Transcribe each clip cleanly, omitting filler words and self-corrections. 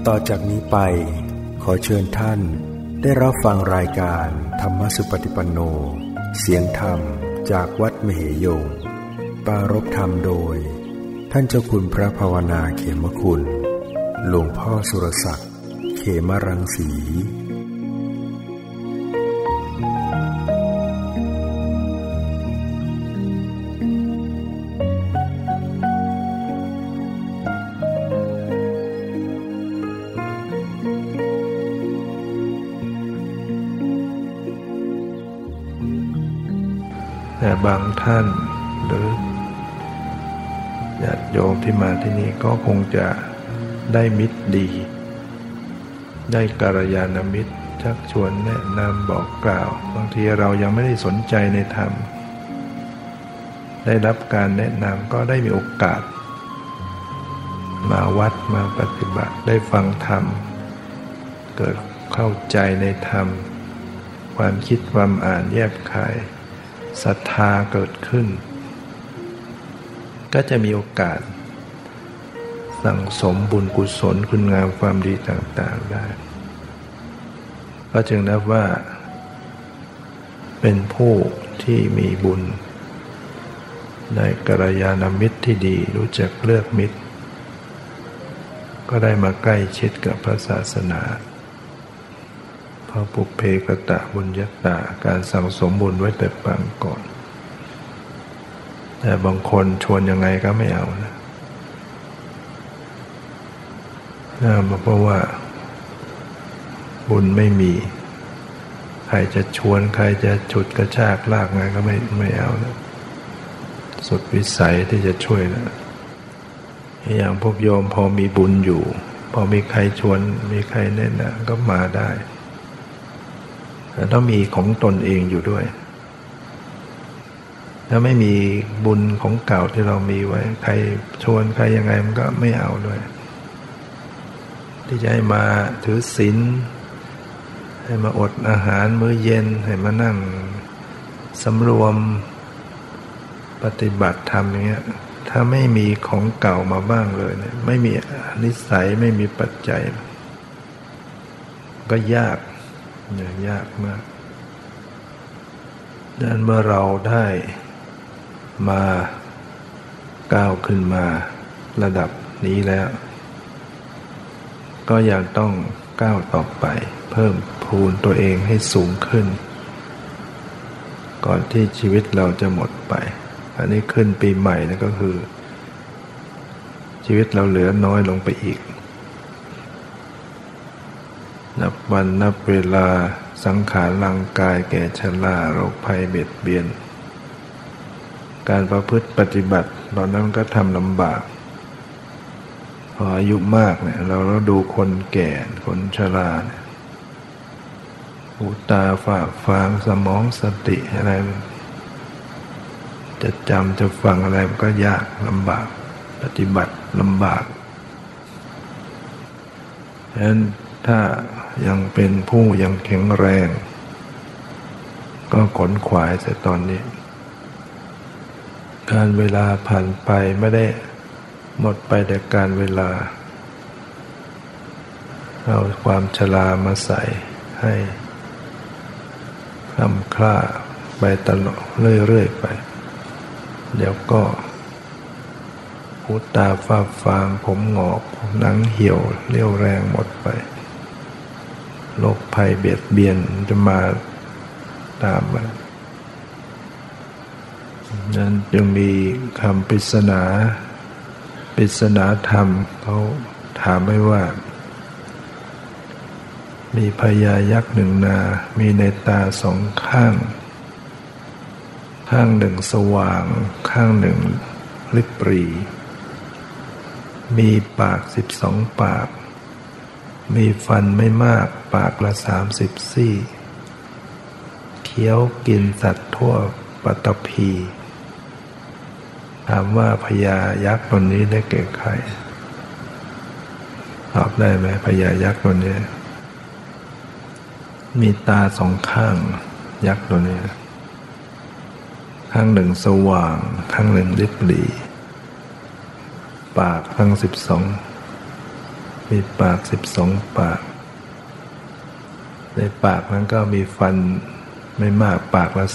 ต่อจากนี้ไปขอเชิญท่านได้รับฟังรายการธรรมสุปฏิปันโนเสียงธรรมจากวัดมเหยงปรารภธรรมโดยท่านเจ้าคุณพระภาวนาเขมคุณหลวงพ่อสุรศักดิ์เขมรังสีแต่บางท่านหรือญาติโยมที่มาที่นี่ก็คงจะได้มิตรดีได้กัลยาณมิตรชักชวนแนะนำบอกกล่าวบางทีเรายังไม่ได้สนใจในธรรมได้รับการแนะนำก็ได้มีโอกาสมาวัดมาปฏิบัติได้ฟังธรรมเกิดเข้าใจในธรรมความคิดความอ่านแยบคายศรัทธาเกิดขึ้นก็จะมีโอกาสสั่งสมบุญกุศลคุณงามความดีต่างๆได้ก็จึงนับว่าเป็นผู้ที่มีบุญในกัลยาณมิตรที่ดีรู้จักเลือกมิตรก็ได้มาใกล้ชิดกับพระศาสนาเพราะปุพเพกตะบุญญาตาการสั่งสมบุญไว้แต่ปางก่อนแต่บางคนชวนยังไงก็ไม่เอานะเพราะว่าบุญไม่มีใครจะชวนใครจะฉุดกระชากลากไงก็ไม่เอานะสุดวิสัยที่จะช่วยนะอย่างพวกโยมพอมีบุญอยู่พอมีใครชวนมีใครแนะนำก็มาได้แต่ต้องมีของตนเองอยู่ด้วยถ้าไม่มีบุญของเก่าที่เรามีไว้ใครชวนใครยังไงมันก็ไม่เอาด้วยที่จะให้มาถือศีลให้มาอดอาหารมื้อเย็นให้มานั่งสำรวมปฏิบัติธรรมอย่างเงี้ยถ้าไม่มีของเก่ามาบ้างเลยเนี่ยไม่มีนิสัยไม่มีปัจจัยก็ยากยากมากดังนั้นเมื่อเราได้มาก้าวขึ้นมาระดับนี้แล้วก็ยังต้องก้าวต่อไปเพิ่มพูนตัวเองให้สูงขึ้นก่อนที่ชีวิตเราจะหมดไปอันนี้ขึ้นปีใหม่นั่นก็คือชีวิตเราเหลือน้อยลงไปอีกนับวันนับเวลาสังขารร่างกายแก่ชราโรคภัยเบียดเบียนการประพฤติปฏิบัติตอนนั้นก็ทำลำบากพออายุมากเนี่ยเราดูคนแก่คนชราเนี่ยหูตาฝ้าฟางสมองสติอะไรจะจำจะฟังอะไรมันก็ยากลำบากปฏิบัติลำบากฉะนั้นถ้ายังเป็นผู้ยังแข็งแรงก็ขนขวายแต่ตอนนี้การเวลาผ่านไปไม่ได้หมดไปแต่การเวลาเอาความชรามาใส่ให้คำคล้าไปตลอดเรื่อยๆไปเดี๋ยวก็หูตาฝ้าฟางผมหงอกหนังเหี่ยวเรี่ยวแรงหมดไปโรคภัยเบียดเบียนจะมาตามมานั้นจึงมีคำปริศนาธรรมเขาถามไว้ว่ามีพญายักษ์หนึ่งนามีในตาสองข้างข้างหนึ่งสว่างข้างหนึ่งริบหรี่มีปาก12 ปากมีฟันไม่มากปากละ30 ซี่เคี้ยวกินสัตว์ทั่วปัตตภีถามว่าพญายักษ์ตนนี้ได้แก่ใครตอบได้ไหมพญายักษ์ตนนี้มีตาสองข้างยักษ์ตัวนี้ข้างหนึ่งสว่างข้างหนึ่งริบหรี่ปากทั้ง12 มีปาก12 ปากในปากนั้นก็มีฟันไม่มากปากละ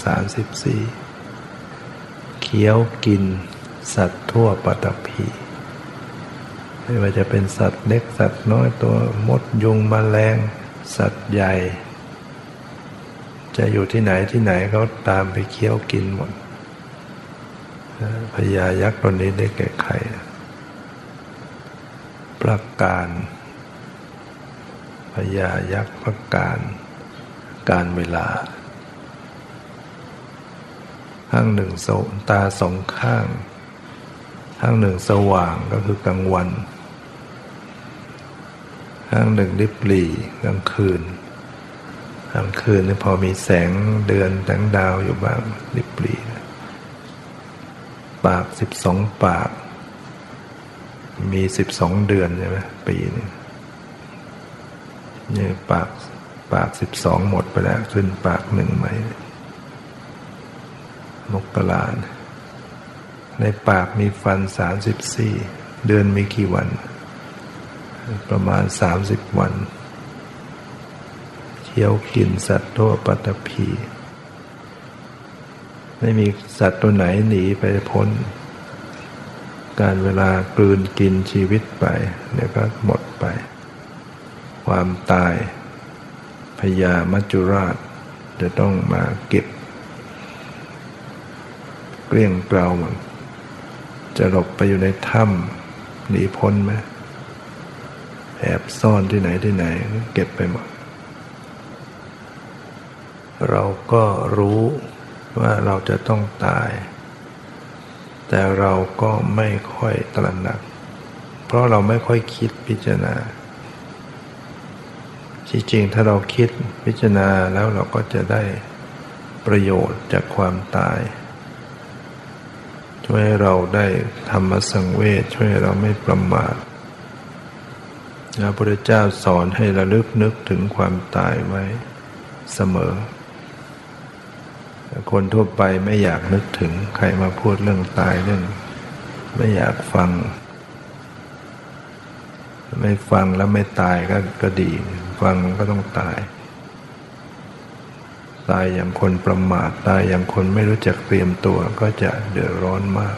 34เคี้ยวกินสัตว์ทั่วปฐพีไม่ว่าจะเป็นสัตว์เล็กสัตว์น้อยตัวมดยุงแมลงสัตว์ใหญ่จะอยู่ที่ไหนที่ไหนเขาตามไปเคี้ยวกินหมดพญายักษ์ตัวนี้ได้แก่ใครพระการพญายักษ์พระการเวลาข้างหนึ่งตาสองข้างข้างหนึ่งสว่างก็คือกลางวันข้างหนึ่งริบหรี่กลางคืนกลางคืนนี่พอมีแสงเดือนแสงดาวอยู่บ้างริบหรี่ปาก12 ปากมี12 เดือนใช่ไหมปีนึงนี่ปาก12หมดไปแล้วขึ้นปากหนึ่งไหมมกราในปากมีฟัน34เดือนมีกี่วันประมาณ30 วันเคี้ยวกินสัตว์ทั่วปฐพีไม่มีสัตว์ตัวไหนหนีไปพ้นการเวลากลืนกินชีวิตไปเดี๋ยวก็หมดไปความตายพญามัจจุราชจะต้องมาเก็บเกลี้ยงเกลามันจะหลบไปอยู่ในถ้ำหนีพ้นไหมแอบซ่อนที่ไหนเก็บไปหมดเราก็รู้ว่าเราจะต้องตายแต่เราก็ไม่ค่อยตระหนักเพราะเราไม่ค่อยคิดพิจารณาจริงๆถ้าเราคิดพิจารณาแล้วเราก็จะได้ประโยชน์จากความตายช่วยให้เราได้ธรรมสังเวชช่วยให้เราไม่ประมาทพระพุทธเจ้าสอนให้ระลึกนึกถึงความตายไว้เสมอคนทั่วไปไม่อยากนึกถึงใครมาพูดเรื่องตายเรื่องไม่อยากฟังไม่ฟังแล้วไม่ตายก็ดีฟังก็ต้องตายอย่างคนประมาทตายอย่างคนไม่รู้จักเตรียมตัวก็จะเดือดร้อนมาก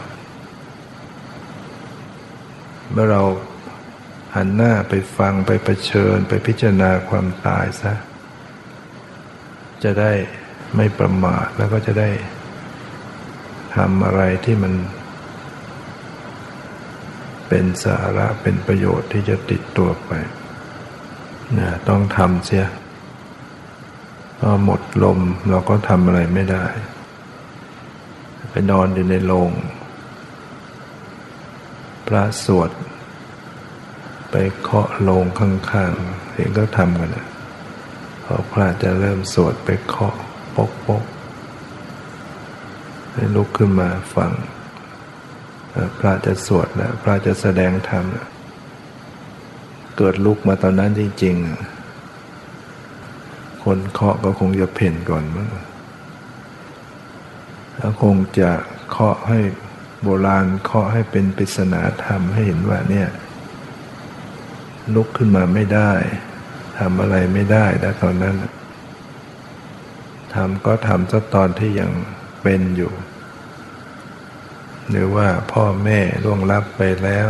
เมื่อเราหันหน้าไปฟังไปเผชิญไปพิจารณาความตายซะจะได้ไม่ประมาทแล้วก็จะได้ทำอะไรที่มันเป็นสาระเป็นประโยชน์ที่จะติดตัวไปต้องทำเสียพอหมดลมเราก็ทำอะไรไม่ได้ไปนอนอยู่ในโรงพระสวดไปเคาะโรงข้างๆเห็นก็ทำกันนะพอพระจะเริ่มสวดไปเคาะปกให้ลุกขึ้นมาฟังพระจะสวดแล้วพระจะแสดงธรรมเกิดลุกมาตอนนั้นจริงๆคนเคาะก็คงจะเพ่นก่อนมั้งแล้วคงจะเคาะให้โบราณเคาะให้เป็นปริศนาธรรมให้เห็นว่าเนี่ยลุกขึ้นมาไม่ได้ทำอะไรไม่ได้แล้วตอนนั้นทำก็ทำซะตอนที่ยังเป็นอยู่หรือว่าพ่อแม่ล่วงลับไปแล้ว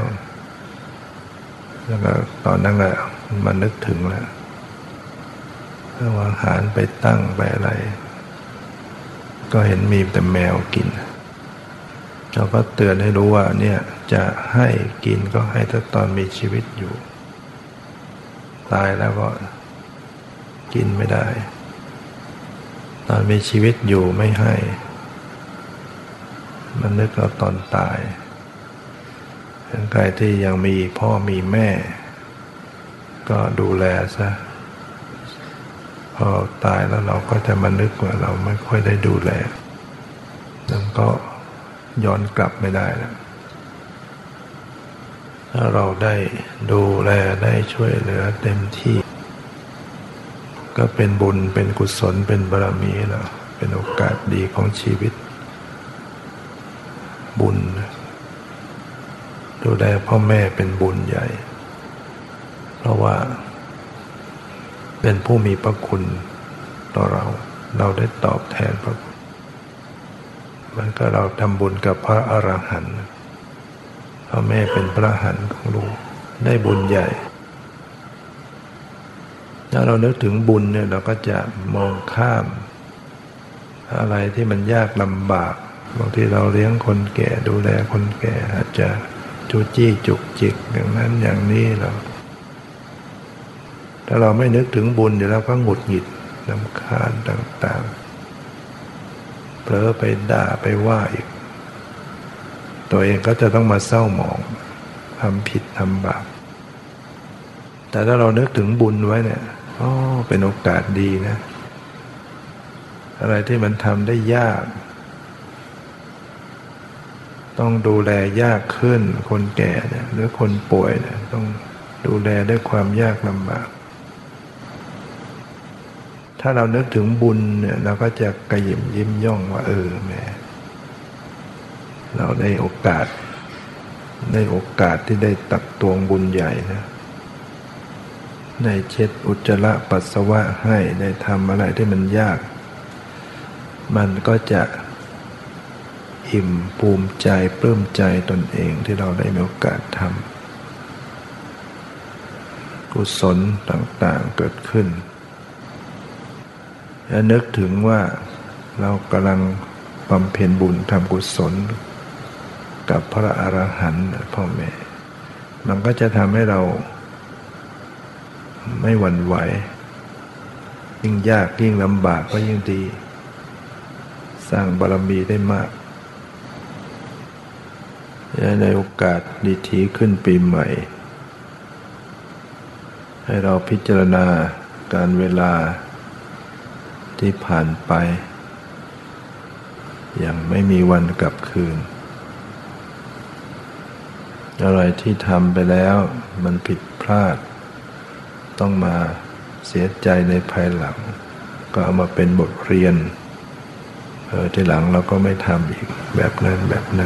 ก็ตอนนั้นแหละมันนึกถึงแล้วเอาอาหารไปตั้งไปอะไรก็เห็นมีแต่แมวกินเราก็เตือนให้รู้ว่าเนี่ยจะให้กินก็ให้ถ้าตอนมีชีวิตอยู่ตายแล้วก็กินไม่ได้ตอนมีชีวิตอยู่ไม่ให้มันนึกเราตอนตายใครที่ยังมีพ่อมีแม่ก็ดูแลซะพอตายแล้วเราก็จะมานึกว่าเราไม่ค่อยได้ดูแลแล้วก็ย้อนกลับไม่ได้แล้วถ้าเราได้ดูแลได้ช่วยเหลือเต็มที่ก็เป็นบุญเป็นกุศลเป็นบารมีแล้วเป็นโอกาสดีของชีวิตบุญดูแลพ่อแม่เป็นบุญใหญ่เพราะว่าเป็นผู้มีพระคุณต่อเราได้ตอบแทนพระคุณมันก็เราทำบุญกับพระอรหันต์พ่อแม่เป็นพระอรหันต์ของลูกได้บุญใหญ่ถ้าเรานึกถึงบุญเนี่ยเราก็จะมองข้ามอะไรที่มันยากลำบากบางทีเราเลี้ยงคนแก่ดูแลคนแก่อาจจะจู้จี้จุกจิกอย่างนั้นอย่างนี้ถ้าเราไม่นึกถึงบุญเดี๋ยวเราก็หงุดหงิดรำคาญต่างๆเผลอไปด่าไปว่าอีกตัวเองก็จะต้องมาเศร้าหมองทำผิดทำบาปแต่ถ้าเรานึกถึงบุญไว้เนี่ยเป็นโอกาสดีนะอะไรที่มันทำได้ยากต้องดูแลยากขึ้นคนแก่เนี่ยหรือคนป่วยเนี่ยต้องดูแลด้วยความยากลำบากถ้าเรานึกถึงบุญเนี่ยเราก็จะกระหยิมยิ้มย่องว่าแหมเราได้โอกาสที่ได้ตักตวงบุญใหญ่นะได้เช็ดอุจจาระปัสสาวะให้ได้ทำอะไรที่มันยากมันก็จะอิ่มภูมิใจปลื้มใจตนเองที่เราได้มีโอกาสทำกุศลต่างๆเกิดขึ้นและนึกถึงว่าเรากำลังบำเพ็ญบุญทำกุศลกับพระอรหันต์พ่อแม่มันก็จะทำให้เราไม่หวั่นไหวยิ่งยากยิ่งลำบากก็ยิ่งดีสร้างบารมีได้มากในโอกาสดีทีขึ้นปีใหม่ให้เราพิจารณาการเวลาที่ผ่านไปอย่างไม่มีวันกลับคืนอะไรที่ทำไปแล้วมันผิดพลาดต้องมาเสียใจในภายหลังก็เอามาเป็นบทเรียนทีหลังเราก็ไม่ทำอีกแบบนั้น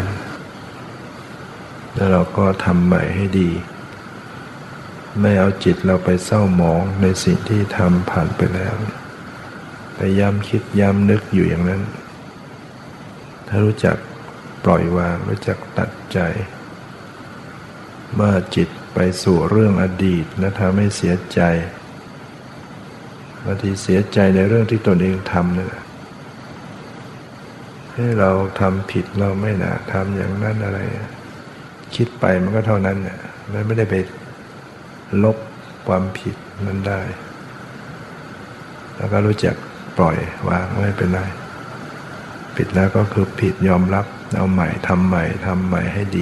แล้วเราก็ทำใหม่ให้ดีไม่เอาจิตเราไปเศร้าหมองในสิ่งที่ทำผ่านไปแล้วไปย้ำคิดย้ำนึกอยู่อย่างนั้นถ้ารู้จักปล่อยวางรู้จักตัดใจเมื่อจิตไปสู่เรื่องอดีตและทำให้เสียใจบางทีเสียใจในเรื่องที่ตนเองทำเนี่ยให้เราทำผิดเราไม่น่าทำอย่างนั้นอะไรคิดไปมันก็เท่านั้นเนี่ยไม่ได้ไปลบความผิดนั้นได้แล้วก็รู้จักปล่อยวางไม่เป็นไรผิดแล้วก็คือผิดยอมรับเอาใหม่ทำใหม่ให้ดี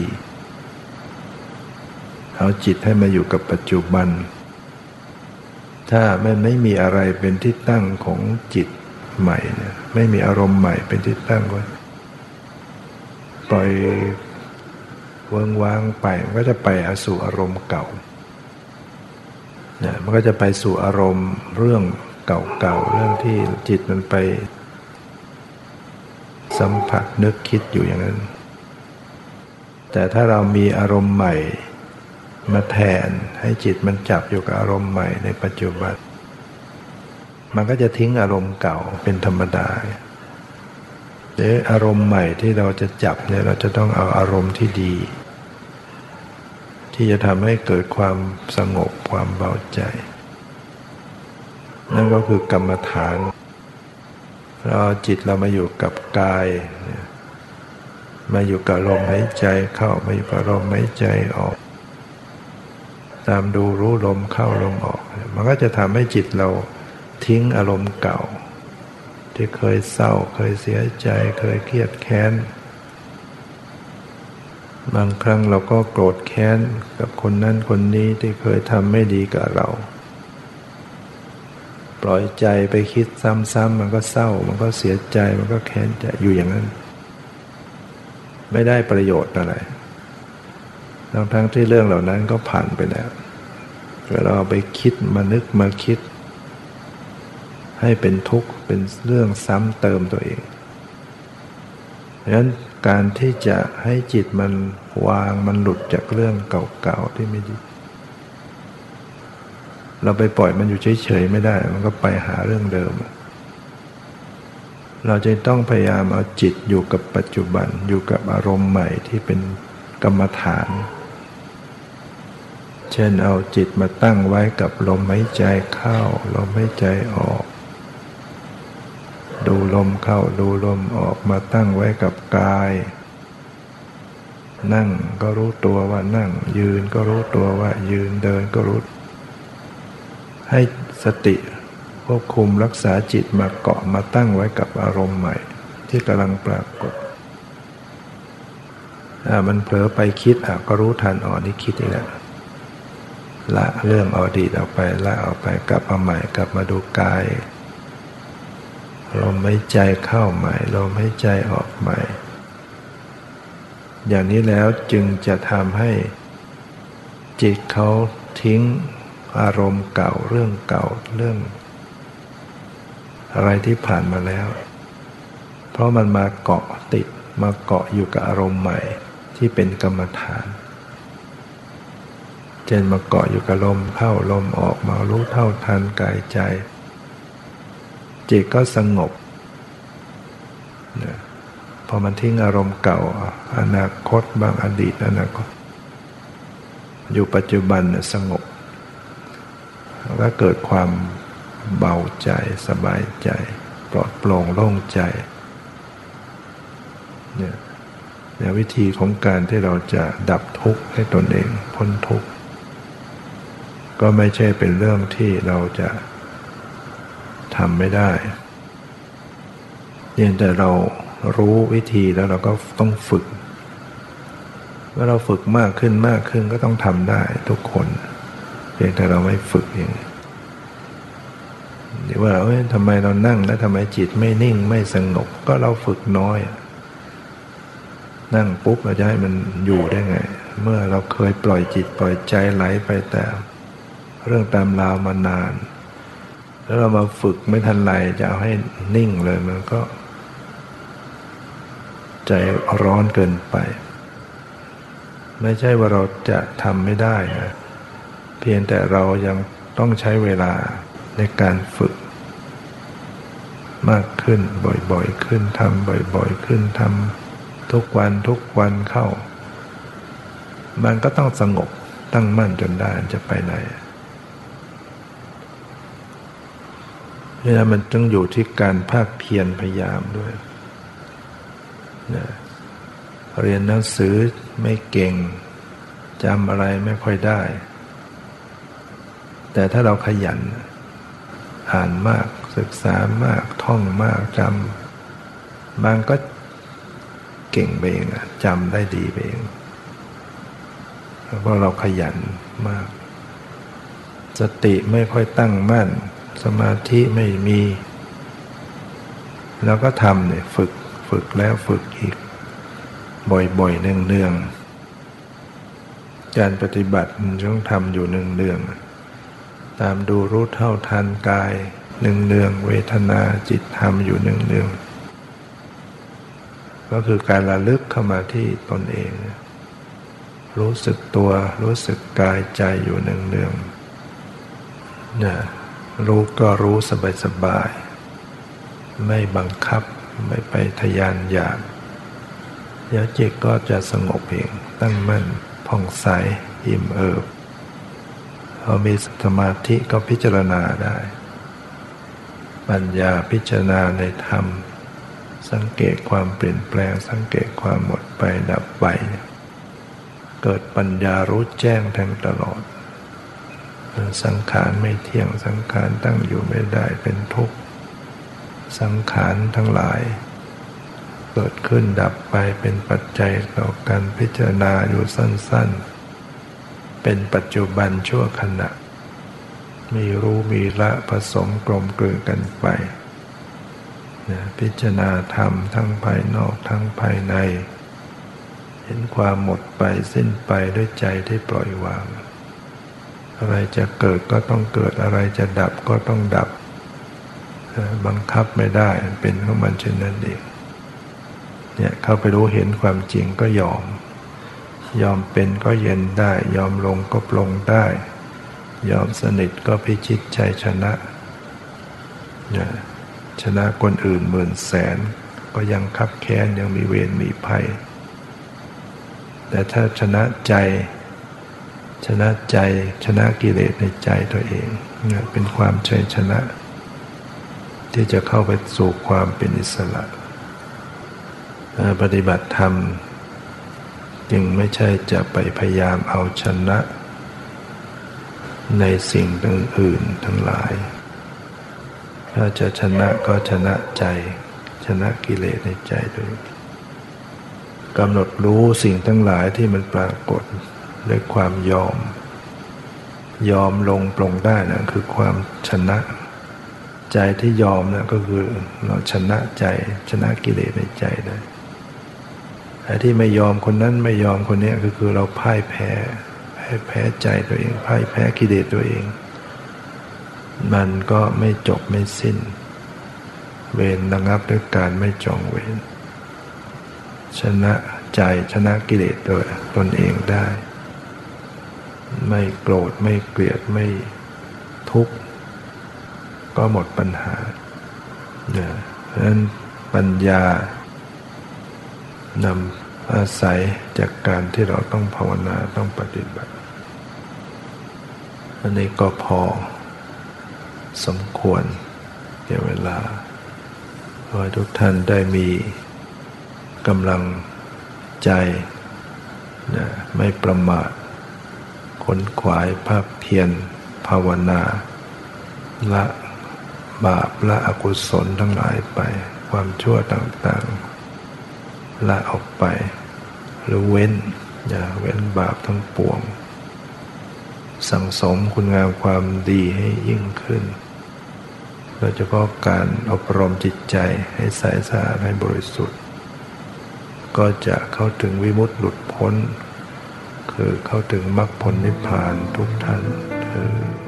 เอาจิตให้มาอยู่กับปัจจุบันถ้าไม่มีอะไรเป็นที่ตั้งของจิตใหม่เนี่ยไม่มีอารมณ์ใหม่เป็นที่ตั้งไว้ปล่อยเวิ้งว้างไปมันก็จะไปสู่อารมณ์เก่าเนี่ยมันก็จะไปสู่อารมณ์เรื่องเก่าๆเรื่องที่จิตมันไปสัมผัสนึกคิดอยู่อย่างนั้นแต่ถ้าเรามีอารมณ์ใหม่มาแทนให้จิตมันจับอยู่กับอารมณ์ใหม่ในปัจจุบันมันก็จะทิ้งอารมณ์เก่าเป็นธรรมดาหรืออารมณ์ใหม่ที่เราจะจับเนี่ยเราจะต้องเอาอารมณ์ที่ดีที่จะทำให้เกิดความสงบความเบาใจนั่นก็คือกรรมฐานเราจิตเรามาอยู่กับกายมาอยู่กับลมหายใจเข้ามาอยู่กับลมหายใจออกตามดูรู้ลมเข้าลมออกมันก็จะทำให้จิตเราทิ้งอารมณ์เก่าที่เคยเศร้าเคยเสียใจเคยเครียดแค้นบางครั้งเราก็โกรธแค้นกับคนนั้นคนนี้ที่เคยทำไม่ดีกับเราปล่อยใจไปคิดซ้ำๆมันก็เศร้ามันก็เสียใจมันก็แค้นใจอยู่อย่างนั้นไม่ได้ประโยชน์อะไรทั้งที่เรื่องเหล่านั้นก็ผ่านไปแล้วเวลาเราไปคิดมานึกมาคิดให้เป็นทุกข์เป็นเรื่องซ้ำเติมตัวเองดังนั้นการที่จะให้จิตมันวางมันหลุดจากเรื่องเก่าๆที่ไม่ดีเราไปปล่อยมันอยู่เฉยๆไม่ได้มันก็ไปหาเรื่องเดิมเราจะต้องพยายามเอาจิตอยู่กับปัจจุบันอยู่กับอารมณ์ใหม่ที่เป็นกรรมฐานเช่นเอาจิตมาตั้งไว้กับลมหายใจเข้าลมหายใจออกดูลมเข้าดูลมออกมาตั้งไว้กับกายนั่งก็รู้ตัวว่านั่งยืนก็รู้ตัวว่ายืนเดินก็รู้ให้สติควบคุมรักษาจิตมาเกาะมาตั้งไว้กับอารมณ์ใหม่ที่กำลังปรากฏมันเผลอไปคิดก็รู้ทันนี่คิดอีกแล้วละเรื่องอดีตออกไปละออกไปกลับมาใหม่กลับมาดูกายลมหายใจเข้าใหม่ลมหายใจออกใหม่อย่างนี้แล้วจึงจะทำให้จิตเขาทิ้งอารมณ์เก่าเรื่องเก่าเรื่องอะไรที่ผ่านมาแล้วเพราะมันมาเกาะติดมาเกาะอยู่กับอารมณ์ใหม่ที่เป็นกรรมฐานเช่นมาเกาะอยู่กับลมเข้าลมออกมารู้เท่าทันกายใจจิตก็สงบพอมันทิ้งอารมณ์เก่าอนาคตบางอดีตอนาคตอยู่ปัจจุบันสงบแล้วเกิดความเบาใจสบายใจปลอดโปร่งโล่งใจเนี่ยวิธีของการที่เราจะดับทุกข์ให้ตนเองพ้นทุกข์ก็ไม่ใช่เป็นเรื่องที่เราจะทำไม่ได้เพียงแต่เรารู้วิธีแล้วเราก็ต้องฝึกเมื่อเราฝึกมากขึ้นมากขึ้นก็ต้องทำได้ทุกคนเพียงแต่เราไม่ฝึกเองเดี๋ยวว่าทำไมเรานั่งแล้วทำไมจิตไม่นิ่งไม่สงบก็เราฝึกน้อยนั่งปุ๊บเราจะให้มันอยู่ได้ไงเมื่อเราเคยปล่อยจิตปล่อยใจไหลไปแต่เรื่องตามราวมานานแล้วเรามาฝึกไม่ทันไรจะเอาให้นิ่งเลยมันก็ใจร้อนเกินไปไม่ใช่ว่าเราจะทำไม่ได้นะเพียงแต่เรายังต้องใช้เวลาในการฝึกมากขึ้นบ่อยๆขึ้นทำบ่อยๆขึ้นทำทุกวันเข้ามันก็ต้องสงบตั้งมั่นจนได้จะไปไหนนี่นะมันต้องอยู่ที่การภาคเพียรพยายามด้วยเรียนหนังสือไม่เก่งจำอะไรไม่ค่อยได้แต่ถ้าเราขยันอ่านมากศึกษามากท่องมากจำบางก็เก่งไปเองจำได้ดีไปเองเพราะเราขยันมากสติไม่ค่อยตั้งมั่นสมาธิไม่มีแล้วก็ทำเนี่ยฝึกแล้วฝึกอีกบ่อยๆเนืองๆการปฏิบัติต้องทำอยู่เนืองๆตามดูรู้เท่าทันกายเนืองๆเวทนาจิตธรรมอยู่เนืองๆก็คือการระลึกเข้ามาที่ตนเองรู้สึกตัวรู้สึกกายใจอยู่เนืองๆนะรู้ก็รู้สบายๆไม่บังคับไม่ไปทะยานอยากเดี๋ยวจิตก็จะสงบเองตั้งมั่นผ่องใสอิ่มเอิบพอมีสมาธิก็พิจารณาได้ปัญญาพิจารณาในธรรมสังเกตความเปลี่ยนแปลงสังเกตความหมดไปดับไปเกิดปัญญารู้แจ้งแทงตลอดสังขารไม่เที่ยงสังขารตั้งอยู่ไม่ได้เป็นทุกข์สังขารทั้งหลายเกิดขึ้นดับไปเป็นปัจจัยต่อการพิจารณาอยู่สั้นๆเป็นปัจจุบันชั่วขณะมีรู้มีละผสมกลมกลืนกันไปพิจารณาธรรมทั้งภายนอกทั้งภายในเห็นความหมดไปสิ้นไปด้วยใจที่ปล่อยวางอะไรจะเกิดก็ต้องเกิดอะไรจะดับก็ต้องดับบังคับไม่ได้เป็นของมันเช่นนั้นเองเนี่ยเข้าไปรู้เห็นความจริงก็ยอมเป็นก็เย็นได้ยอมลงก็ปลงได้ยอมสนิทก็พิชิตชัยชนะชนะคนอื่นหมื่นแสนก็ยังคับแค้นยังมีเวรมีภัยแต่ถ้าชนะใจชนะกิเลสในใจตัวเองเป็นความชัยชนะที่จะเข้าไปสู่ความเป็นอิสระปฏิบัติธรรมจึงไม่ใช่จะไปพยายามเอาชนะในสิ่งอื่นทั้งหลายถ้าจะชนะก็ชนะใจชนะกิเลสในใจด้วยกำหนดรู้สิ่งทั้งหลายที่มันปรากฏด้วยความยอมลงปลงได้นะคือความชนะใจที่ยอมนะก็คือเราชนะใจชนะกิเลสในใจได้ไอ้ที่ไม่ยอมคนนั้นไม่ยอมคนนี้ก็คือเราพ่ายแพ้ใจตัวเองพ่ายแพ้กิเลสตัวเองมันก็ไม่จบไม่สิ้นเวรระงับด้วยการไม่จองเวรชนะใจชนะกิเลสตัวตนเองได้ไม่โกรธไม่เกลียดไม่ทุกข์ก็หมดปัญหาเพราะฉะนั้นปัญญานำอาศัยจากการที่เราต้องภาวนาต้องปฏิบัติอันนี้ก็พอสมควรแก่เวลาขอให้ทุกท่านได้มีกำลังใจไม่ประมาทขนขวายภาคเพียรภาวนาละบาปละอกุศลทั้งหลายไปความชั่วต่างๆละออกไปหรือเว้นบาปทั้งปวงสั่งสมคุณงามความดีให้ยิ่งขึ้นโดยเฉพาะการอบรมจิตใจให้ใสสะอาดให้บริสุทธิ์ก็จะเข้าถึงวิมุตติหลุดพ้นคือเข้าถึงมรรคผลนิพพานทุกท่าน